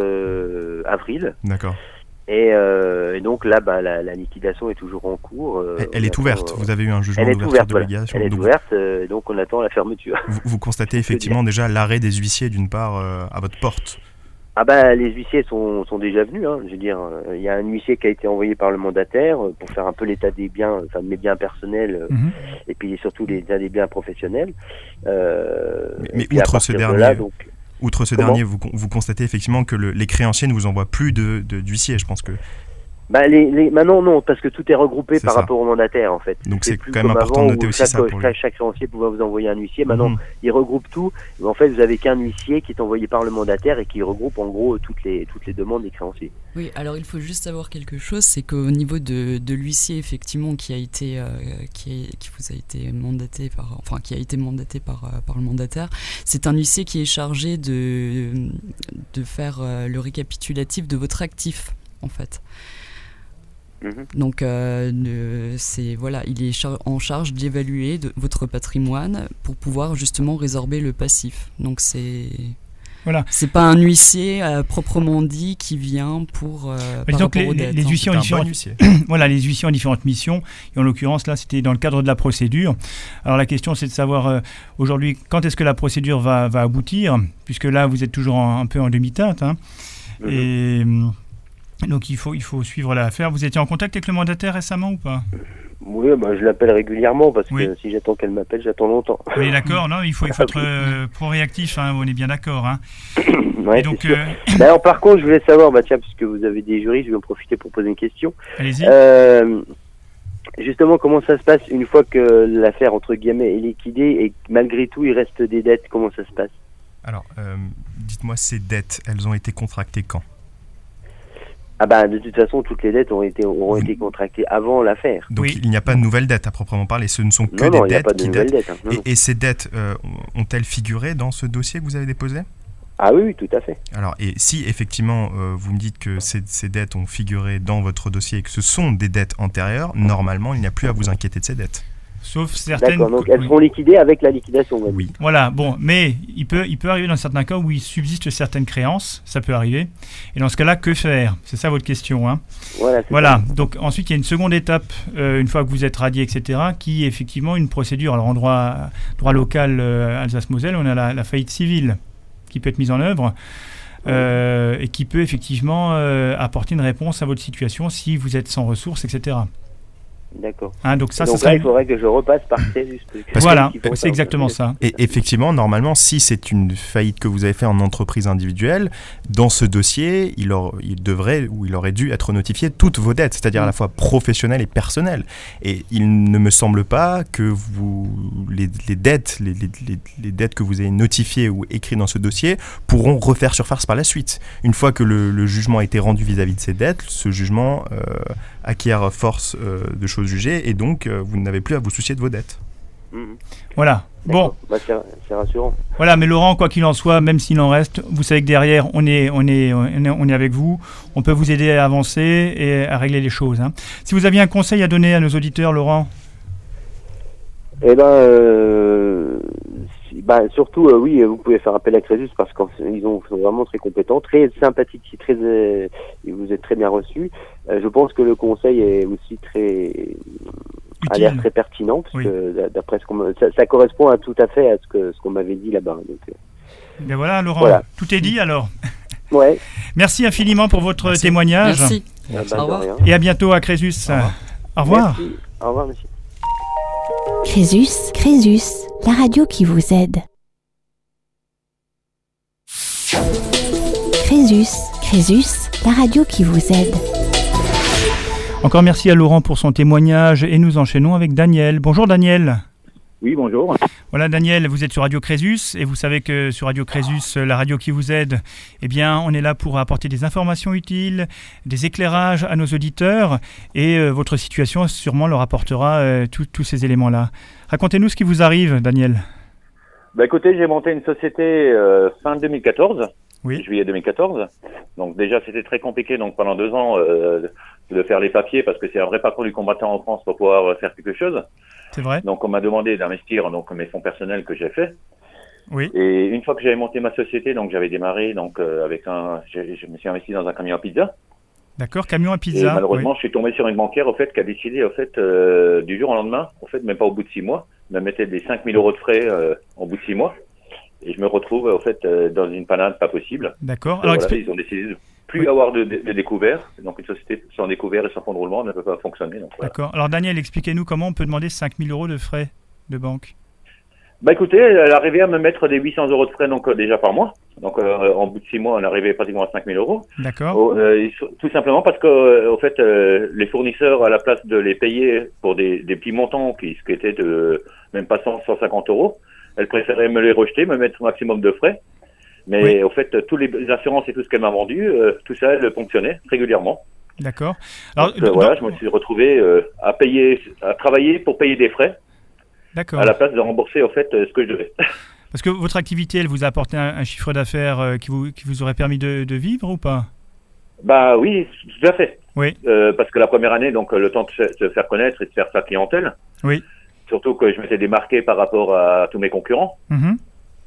euh, avril. D'accord. Et, euh, et donc là, bah, la, la liquidation est toujours en cours. Euh, elle elle est attend, ouverte. Euh, vous avez eu un jugement elle est d'ouverture ouverte, d'obligation. Voilà. Elle est donc ouverte, euh, donc on attend la fermeture. Vous, vous constatez effectivement déjà l'arrêt des huissiers d'une part euh, à votre porte. Ah bah les huissiers sont, sont déjà venus, hein. Je veux dire, il euh, y a un huissier qui a été envoyé par le mandataire euh, pour faire un peu l'état des biens, enfin de mes biens personnels, euh, mm-hmm. et puis surtout l'état des biens professionnels. Euh, mais mais outre ce dernier, là, donc, outre ce dernier, vous, vous constatez effectivement que le, les créanciers ne vous envoient plus de, de, d'huissiers, je pense que... Bah les, les, maintenant non, parce que tout est regroupé c'est par ça. rapport au mandataire en fait. Donc c'est, c'est quand même important de noter aussi chaque, ça. Pour chaque, chaque créancier pouvait vous envoyer un huissier. Maintenant, mmh. il regroupe tout. En fait, vous avez qu'un huissier qui est envoyé par le mandataire et qui regroupe en gros toutes les toutes les demandes des créanciers. Oui, alors il faut juste savoir quelque chose, c'est qu'au niveau de, de l'huissier effectivement qui a été euh, qui, est, qui vous a été mandaté par enfin qui a été mandaté par euh, par le mandataire, c'est un huissier qui est chargé de de faire euh, le récapitulatif de votre actif en fait. Mmh. Donc, euh, c'est, voilà, il est char- en charge d'évaluer de, votre patrimoine pour pouvoir justement résorber le passif. Donc, c'est, voilà. C'est pas un huissier euh, proprement dit qui vient pour. Euh, par donc, rapport les, aux dettes, les, les huissiers ont différentes, voilà, les huissiers ont différentes missions. Et en l'occurrence, là, c'était dans le cadre de la procédure. Alors, la question, c'est de savoir euh, aujourd'hui quand est-ce que la procédure va, va aboutir, puisque là, vous êtes toujours en, un peu en demi-teinte. Hein. Mmh. Et donc il faut, il faut suivre l'affaire. Vous étiez en contact avec le mandataire récemment ou pas ? Oui, bah, je l'appelle régulièrement parce oui. que si j'attends qu'elle m'appelle, j'attends longtemps. Oui, d'accord. Non, il faut, il faut être euh, pro-réactif. Hein, on est bien d'accord. Hein. Ouais, et donc, euh... D'ailleurs, par contre, je voulais savoir, bah tiens, puisque vous avez des juristes, je vais en profiter pour poser une question. Allez-y. Euh, justement, comment ça se passe une fois que l'affaire entre guillemets est liquidée et malgré tout il reste des dettes? Comment ça se passe? Alors, euh, dites-moi, ces dettes, elles ont été contractées quand? Ah bah de toute façon, toutes les dettes ont été auront été contractées avant l'affaire. Donc oui. il n'y a pas de nouvelles dettes à proprement parler, ce ne sont que non, des non, dettes y a pas de qui nouvelles datent. dettes. Hein. Non, non. Et, et ces dettes euh, ont-elles figuré dans ce dossier que vous avez déposé? Ah oui, oui, tout à fait. Alors, et si effectivement euh, vous me dites que ces, ces dettes ont figuré dans votre dossier et que ce sont des dettes antérieures, normalement il n'y a plus à vous inquiéter de ces dettes. Sauf certaines... D'accord, donc elles seront liquidées avec la liquidation. Oui. Voilà, bon, mais il peut, il peut arriver dans certains cas où il subsiste certaines créances, ça peut arriver. Et dans ce cas-là, que faire? C'est ça votre question, hein? Voilà. Voilà. Donc ensuite, il y a une seconde étape, euh, une fois que vous êtes radié, et cetera, qui est effectivement une procédure. Alors en droit, droit local euh, Alsace-Moselle, on a la, la faillite civile qui peut être mise en œuvre. Euh, et qui peut effectivement euh, apporter une réponse à votre situation si vous êtes sans ressources, et cetera. D'accord. Hein, donc ça, donc ça serait... là, il faudrait que je repasse par Crésus. Voilà, c'est exactement ça. Et effectivement, normalement, si c'est une faillite que vous avez fait en entreprise individuelle, dans ce dossier, il, or, il devrait ou il aurait dû être notifié toutes vos dettes, c'est-à-dire à la fois professionnelles et personnelles. Et il ne me semble pas que vous, les, les dettes, les, les, les, les dettes que vous avez notifiées ou écrites dans ce dossier pourront refaire surface par la suite. Une fois que le, le jugement a été rendu vis-à-vis de ces dettes, ce jugement euh, acquiert force euh, de choses jugées et donc euh, vous n'avez plus à vous soucier de vos dettes. Mmh. Voilà. Bon. Bah, c'est, c'est rassurant. Voilà, mais Laurent, quoi qu'il en soit, même s'il en reste, vous savez que derrière, on est, on est, on est, on est avec vous. On peut vous aider à avancer et à régler les choses. Hein. Si vous aviez un conseil à donner à nos auditeurs, Laurent? Eh ben, euh, bah, surtout, euh, oui, vous pouvez faire appel à Crésus parce qu'ils sont vraiment très compétents, très sympathiques, très, euh, et vous êtes très bien reçus. Euh, je pense que le conseil est aussi très, a l'air très pertinent parce oui. que d'après ce qu'on me, ça, ça correspond à tout à fait à ce que ce qu'on m'avait dit là-bas. Donc, euh, ben voilà, Laurent, voilà. Tout est dit alors. Ouais. Merci infiniment pour votre Merci. témoignage. Merci. Ah, bah, Au revoir. rien. Et à bientôt à Crésus. Au revoir. Au revoir. Merci. Au revoir, monsieur. Crésus, Crésus, la radio qui vous aide. Crésus, Crésus, la radio qui vous aide. Encore merci à Laurent pour son témoignage et nous enchaînons avec Daniel. Bonjour Daniel. Oui, bonjour. Voilà Daniel, vous êtes sur Radio Crésus et vous savez que sur Radio Crésus, la radio qui vous aide, eh bien on est là pour apporter des informations utiles, des éclairages à nos auditeurs et euh, votre situation sûrement leur apportera euh, tous ces éléments-là. Racontez-nous ce qui vous arrive Daniel. Bah écoutez, j'ai monté une société euh, fin deux mille quatorze, oui. juillet deux mille quatorze. Donc déjà c'était très compliqué donc pendant deux ans euh, de faire les papiers parce que c'est un vrai parcours du combattant en France pour pouvoir faire quelque chose. C'est vrai. Donc on m'a demandé d'investir donc mes fonds personnels que j'ai fait. Oui. Et une fois que j'avais monté ma société, donc j'avais démarré donc euh, avec un, je, je me suis investi dans un camion à pizza. D'accord, camion à pizza. Et malheureusement, oui. je suis tombé sur une banquière au fait qui a décidé au fait euh, du jour au lendemain, au fait même pas au bout de six mois, me mettait des cinq mille euros de frais euh, au bout de six mois. Et je me retrouve au fait euh, dans une panade pas possible. D'accord. Alors Alors voilà, ils ont décidé de plus oui. avoir de, de, de découvert. Donc une société sans découvert et sans fonds de roulement ne peut pas fonctionner. Donc, voilà. D'accord. Alors Daniel, expliquez-nous comment on peut demander cinq mille euros de frais de banque. Bah écoutez, elle arrivait à me mettre des huit cents euros de frais donc euh, déjà par mois. Donc euh, en bout de six mois, on arrivait pratiquement à cinq mille euros. D'accord. Oh, euh, tout simplement parce que euh, au fait, euh, les fournisseurs, à la place de les payer pour des, des petits montants qui, qui étaient de même pas cent, cent cinquante euros, elles préféraient me les rejeter, me mettre au maximum de frais. Mais oui. au fait, tous les assurances et tout ce qu'elle m'a vendu, euh, tout ça, elle fonctionnait régulièrement. D'accord. Alors donc, euh, voilà, je me suis retrouvé euh, à payer, à travailler pour payer des frais. D'accord. À la place de rembourser au fait ce que je devais. Parce que votre activité, elle vous a apporté un, un chiffre d'affaires euh, qui vous qui vous aurait permis de, de vivre ou pas? Bah oui, tout à fait. Oui. Euh, parce que la première année, donc le temps de se faire connaître et de faire sa clientèle. Oui. Surtout que je m'étais démarqué par rapport à tous mes concurrents. Mm-hmm.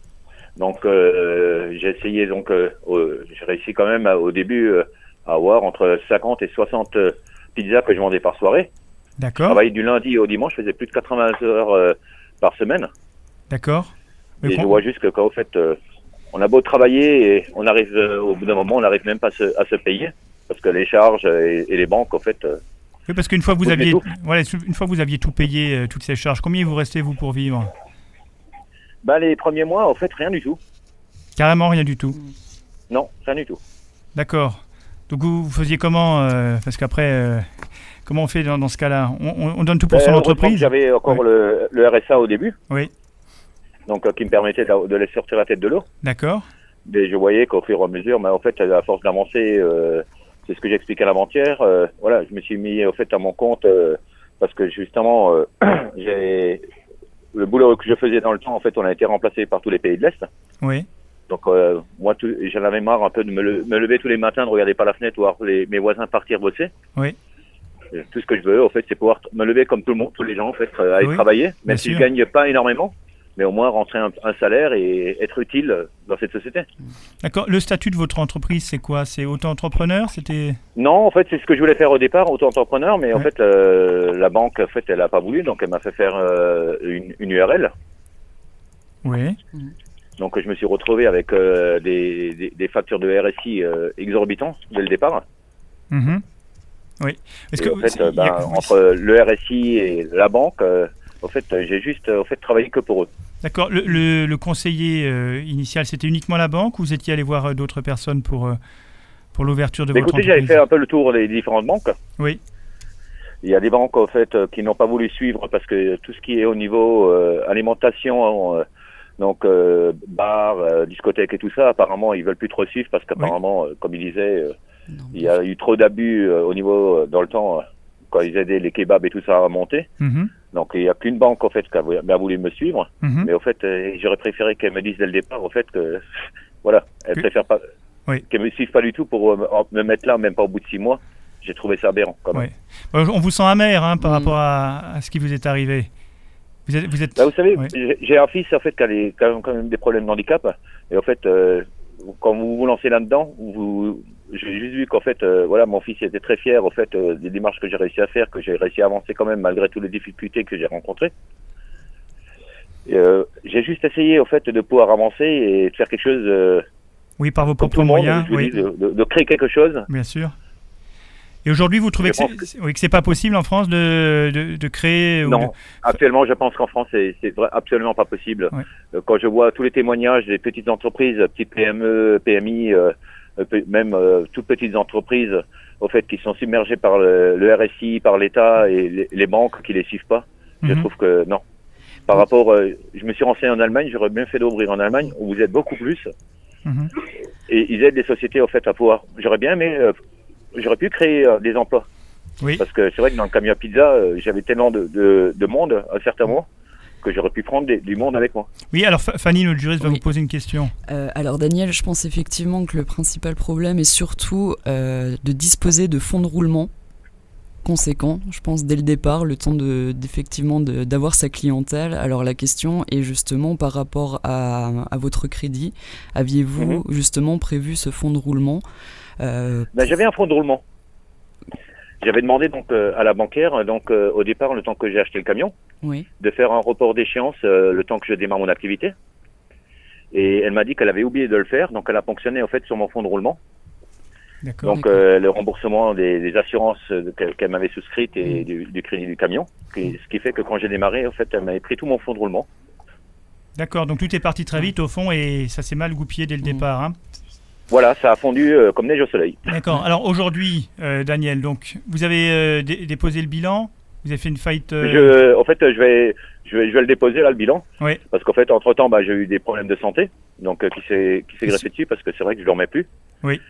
Donc euh, j'ai essayé donc, euh, euh, j'ai réussi quand même à, au début euh, à avoir entre cinquante et soixante euh, pizzas que je vendais par soirée. D'accord. Je travaillais du lundi au dimanche, je faisais plus de quatre-vingts heures euh, par semaine. D'accord. Mais et je vois juste que quand au fait, euh, on a beau travailler et on arrive euh, au bout d'un moment, on n'arrive même pas à se, à se payer parce que les charges et, et les banques, en fait. Euh, oui, parce qu'une fois que vous vous aviez, tout. voilà, une fois que vous aviez tout payé, euh, toutes ces charges, combien il vous restait vous pour vivre? Bah, les premiers mois, en fait, rien du tout. Carrément rien du tout. Non, rien du tout. D'accord. Donc vous, vous faisiez comment euh, parce qu'après, euh, comment on fait dans, dans ce cas-là? on, on, on donne tout pour Ben, son entreprise? J'avais encore oui. le, le R S A au début. Oui. Donc, euh, qui me permettait de, de laisser sortir la tête de l'eau. D'accord. Et je voyais qu'au fur et à mesure, mais en fait, à force d'avancer, euh, c'est ce que j'expliquais l'avant-hier. Euh, voilà, je me suis mis au fait à mon compte euh, parce que justement, euh, j'ai le boulot que je faisais dans le temps. En fait, on a été remplacé par tous les pays de l'Est. Oui. Donc euh, moi, tout, j'en avais marre un peu de me, le, me lever tous les matins, de regarder par la fenêtre, voir les, mes voisins partir bosser. Oui. Et tout ce que je veux, en fait, c'est pouvoir me lever comme tout le monde, tous les gens, en fait, euh, aller oui, travailler, même si sûr. je gagne pas énormément, mais au moins rentrer un, un salaire et être utile dans cette société. D'accord. Le statut de votre entreprise, c'est quoi? C'est auto-entrepreneur? C'était... Non, en fait, c'est ce que je voulais faire au départ, auto-entrepreneur, mais en ouais. fait, euh, la banque, en fait, elle a pas voulu, donc elle m'a fait faire euh, une, une U R L. Oui. Donc je me suis retrouvé avec euh, des, des, des factures de R S I euh, exorbitantes dès le départ. Mm-hmm. Oui. Est-ce que en fait, euh, ben, a... entre le R S I et la banque, euh, en fait, j'ai juste en fait travaillé que pour eux. D'accord. Le, le, le conseiller euh, initial, c'était uniquement la banque ou vous étiez allé voir euh, d'autres personnes pour euh, pour l'ouverture de Mais votre écoutez, entreprise? j'avais fait un peu le tour des différentes banques. Oui. Il y a des banques en fait qui n'ont pas voulu suivre parce que tout ce qui est au niveau euh, alimentation. Euh, Donc, euh, bar, euh, discothèque et tout ça, apparemment, ils veulent plus trop suivre parce qu'apparemment, oui. euh, comme il disait, euh, il y a eu trop d'abus euh, au niveau, euh, dans le temps, euh, quand ils aidaient les kebabs et tout ça à monter. Mm-hmm. Donc, il n'y a qu'une banque, en fait, qui a, a voulu me suivre. Mm-hmm. Mais, au fait, euh, j'aurais préféré qu'elle me dise dès le départ, au fait, que, voilà, elle oui. préfère pas, oui. qu'elle me suive pas du tout pour euh, me mettre là, même pas au bout de six mois. J'ai trouvé ça aberrant, quand même. Oui. On vous sent amer, hein, par mm. rapport à, à ce qui vous est arrivé. Vous, êtes, vous, êtes... Bah, vous savez, ouais. j'ai un fils en fait qui a les, quand même des problèmes de handicap. Et en fait, euh, quand vous vous lancez là-dedans, vous, j'ai juste vu qu'en fait, euh, voilà, mon fils était très fier en fait euh, des démarches que j'ai réussi à faire, que j'ai réussi à avancer quand même malgré toutes les difficultés que j'ai rencontrées. Et, euh, j'ai juste essayé en fait de pouvoir avancer et de faire quelque chose. Euh, oui, par vos propres moyens. Monde, oui. dis, de, de, de créer quelque chose. Bien sûr. Et aujourd'hui, vous trouvez je que c'est, que... Oui, que c'est pas possible en France de, de, de créer Non, ou de... actuellement, je pense qu'en France, c'est, c'est absolument pas possible. Ouais. Quand je vois tous les témoignages des petites entreprises, petites P M E, P M I, euh, même euh, toutes petites entreprises, au fait, qui sont submergées par le, le R S I, par l'État et les, les banques qui les suivent pas, mm-hmm. je trouve que non. Par mm-hmm. rapport, euh, je me suis renseigné en Allemagne, j'aurais bien fait d'ouvrir en Allemagne, où vous êtes beaucoup plus, mm-hmm. et ils aident les sociétés, au fait, à pouvoir. J'aurais bien aimé. Euh, J'aurais pu créer euh, des emplois. Oui. Parce que c'est vrai que dans le camion à pizza, euh, j'avais tellement de, de, de monde à un certain moment que j'aurais pu prendre des, du monde avec moi. Oui, alors Fanny, notre juriste, oui. va vous poser une question. Euh, alors Daniel, je pense effectivement que le principal problème est surtout euh, de disposer de fonds de roulement conséquents, je pense, dès le départ, le temps de, d'effectivement de, d'avoir sa clientèle. Alors la question est justement par rapport à, à votre crédit. Aviez-vous mm-hmm. justement prévu ce fonds de roulement? Euh, ben, j'avais un fonds de roulement. J'avais demandé donc euh, à la bancaire, donc euh, au départ, le temps que j'ai acheté le camion, oui. de faire un report d'échéance euh, le temps que je démarre mon activité. Et elle m'a dit qu'elle avait oublié de le faire, donc elle a ponctionné en fait sur mon fonds de roulement. D'accord, donc euh, le remboursement des, des assurances qu'elle, qu'elle m'avait souscrites et mmh. du, du crédit du camion, qui, ce qui fait que quand j'ai démarré, en fait, elle m'avait pris tout mon fonds de roulement. D'accord, donc tout est parti très vite au fond et ça s'est mal goupillé dès le mmh. départ. Hein. Voilà, ça a fondu euh, comme neige au soleil. D'accord. Alors aujourd'hui, euh, Daniel, donc vous avez euh, dé- déposé le bilan, vous avez fait une faillite. Euh... Je, en fait, je vais, je vais, je vais le déposer là, le bilan. Oui. Parce qu'en fait, entre temps, bah, j'ai eu des problèmes de santé, donc euh, qui s'est, qui s'est greffé dessus parce que c'est vrai que je dormais plus. Oui.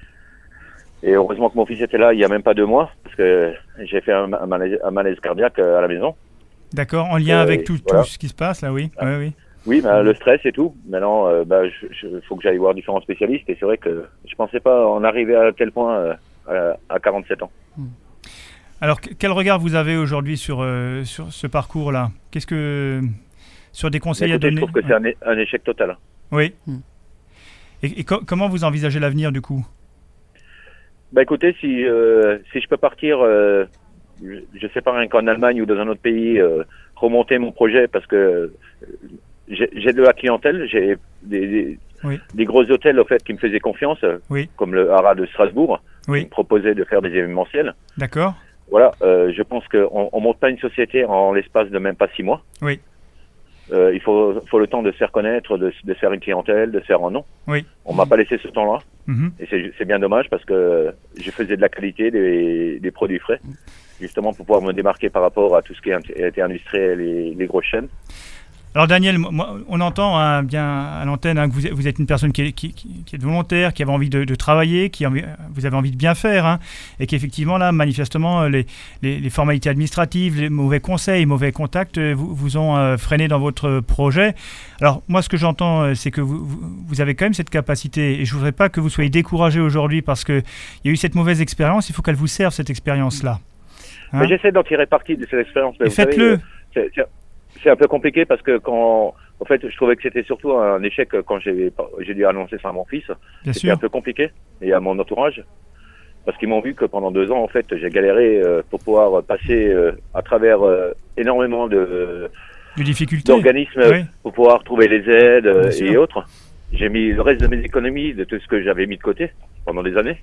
Et heureusement que mon fils était là il y a même pas deux mois parce que j'ai fait un, un, malaise, un malaise cardiaque à la maison. D'accord. En lien euh, avec tout, voilà. tout ce qui se passe là, oui. Ah. Oui, oui. Oui, bah, le stress et tout. Maintenant, euh, bah, je, je, faut que j'aille voir différents spécialistes. Et c'est vrai que je pensais pas en arriver à tel point euh, à, à quarante-sept ans. Alors, quel regard vous avez aujourd'hui sur euh, sur ce parcours-là? Qu'est-ce que sur des conseils écoutez, à donner? Je trouve que c'est un, é- un échec total. Oui. Mm. Et, et co- comment vous envisagez l'avenir du coup? Bah, écoutez, si euh, si je peux partir, euh, je, je sais pas rien qu'en Allemagne ou dans un autre pays, euh, remonter mon projet parce que euh, J'ai, j'ai de la clientèle, j'ai des, des, Oui. des gros hôtels, au fait, qui me faisaient confiance, Oui. comme le Haras de Strasbourg, Oui. qui me proposait de faire des événementiels. D'accord. Voilà, euh, je pense qu'on on monte pas une société en l'espace de même pas six mois. Oui. Euh, il faut, faut le temps de se faire connaître, de, de faire une clientèle, de faire un nom. Oui. On m'a pas laissé ce temps-là. Mhm. Et c'est c'est bien dommage parce que je faisais de la qualité, des, des produits frais, justement pour pouvoir me démarquer par rapport à tout ce qui a été industriel et les grosses chaînes. Alors Daniel, moi, on entend hein, bien à l'antenne hein, que vous êtes, vous êtes une personne qui est, qui, qui, qui est volontaire, qui avait envie de, de travailler, qui a envie, vous avez envie de bien faire, hein, et qu'effectivement là, manifestement, les, les, les formalités administratives, les mauvais conseils, les mauvais contacts vous, vous ont euh, freiné dans votre projet. Alors moi, ce que j'entends, euh, c'est que vous, vous, vous avez quand même cette capacité, et je ne voudrais pas que vous soyez découragé aujourd'hui parce qu'il y a eu cette mauvaise expérience, il faut qu'elle vous serve cette expérience-là. Hein. Mais j'essaie d'en tirer parti de cette expérience. Et faites-le. Savez, c'est, c'est, C'est un peu compliqué parce que quand, en fait, je trouvais que c'était surtout un échec quand j'ai, j'ai dû annoncer ça à mon fils. Bien c'était sûr. un peu compliqué et à mon entourage parce qu'ils m'ont vu que pendant deux ans, en fait, j'ai galéré euh, pour pouvoir passer euh, à travers euh, énormément de, de difficultés, d'organismes oui. pour pouvoir trouver les aides euh, et sûr. autres. J'ai mis le reste de mes économies, de tout ce que j'avais mis de côté pendant des années.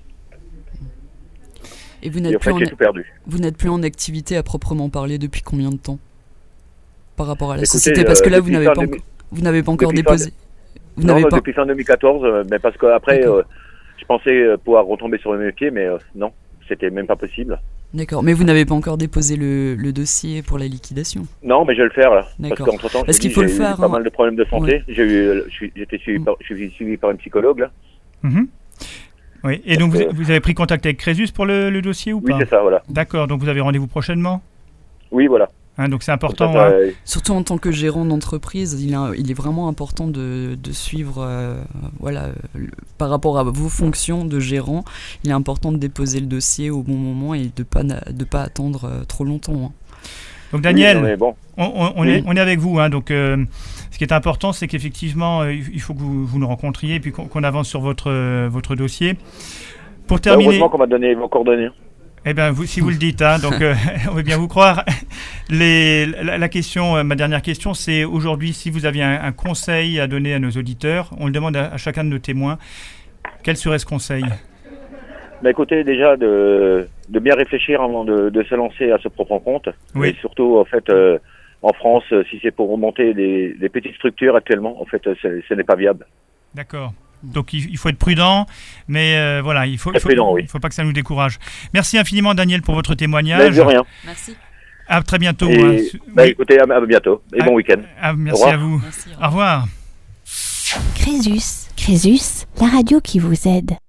Et vous n'êtes, et en plus fait, en... j'ai tout perdu. vous n'êtes plus en activité à proprement parler depuis combien de temps par rapport à la Écoutez, société, parce que là, euh, vous n'avez pas, enco- vous n'avez pas encore depuis déposé. fin Vous non, n'avez non, pas. depuis fin deux mille quatorze, euh, mais parce qu'après, D'accord. euh, je pensais euh, pouvoir retomber sur mes pieds, mais euh, non, c'était même pas possible. D'accord, mais vous n'avez pas encore déposé le, le dossier pour la liquidation. Non, mais je vais le faire là, parce D'accord. qu'entre temps, Parce je qu'il dis, faut j'ai le eu faire, pas hein. mal de problèmes de santé. Ouais. J'ai eu, euh, je suis, j'étais suivi Mm. par, je suis suivi par une psychologue là. Mhm. Oui. Et donc, Parce vous, que- vous avez pris contact avec Crésus pour le, le dossier ou Oui, pas? c'est ça, voilà. D'accord, donc vous avez rendez-vous prochainement Oui, voilà. hein, donc c'est Comme important. ça, ça, hein. euh, Surtout en tant que gérant d'entreprise, il, a- il est vraiment important de, de suivre, euh, voilà, le- par rapport à vos fonctions de gérant, il est important de déposer le dossier au bon moment et de pas na- de pas attendre euh, trop longtemps. hein. Donc Daniel, oui, non, mais bon. on, on- on Oui. est, on est avec vous. Hein, donc, euh, ce qui est important, c'est qu'effectivement, euh, il faut que vous, vous nous rencontriez et puis qu'on, qu'on avance sur votre, euh, votre dossier. Pour Bah, terminer, heureusement qu'on m'a donné vos coordonnées. eh ben, vous, si vous le dites, hein, donc euh, on veut bien vous croire. Les, la, la question, euh, ma dernière question, c'est aujourd'hui, si vous aviez un, un conseil à donner à nos auditeurs, on le demande à, à chacun de nos témoins, quel serait ce conseil? Bah écoutez, déjà de, de bien réfléchir avant de, de se lancer à ce propre compte. Oui. Et surtout, en fait, euh, en France, euh, si c'est pour remonter des, des petites structures actuellement, en fait, euh, c'est- ce n'est pas viable. D'accord. Donc il, il faut être prudent, mais euh, voilà, il faut, Très il faut, prudent, oui. il faut pas que ça nous décourage. Merci infiniment Daniel pour votre Mais témoignage. de rien. Merci. À très bientôt. Et, hein. bah Oui. écoutez, à, à bientôt. Et Ah, bon week-end. Ah, Au merci revoir. à vous. Merci. Au revoir. Crésus, Crésus, la radio qui vous aide.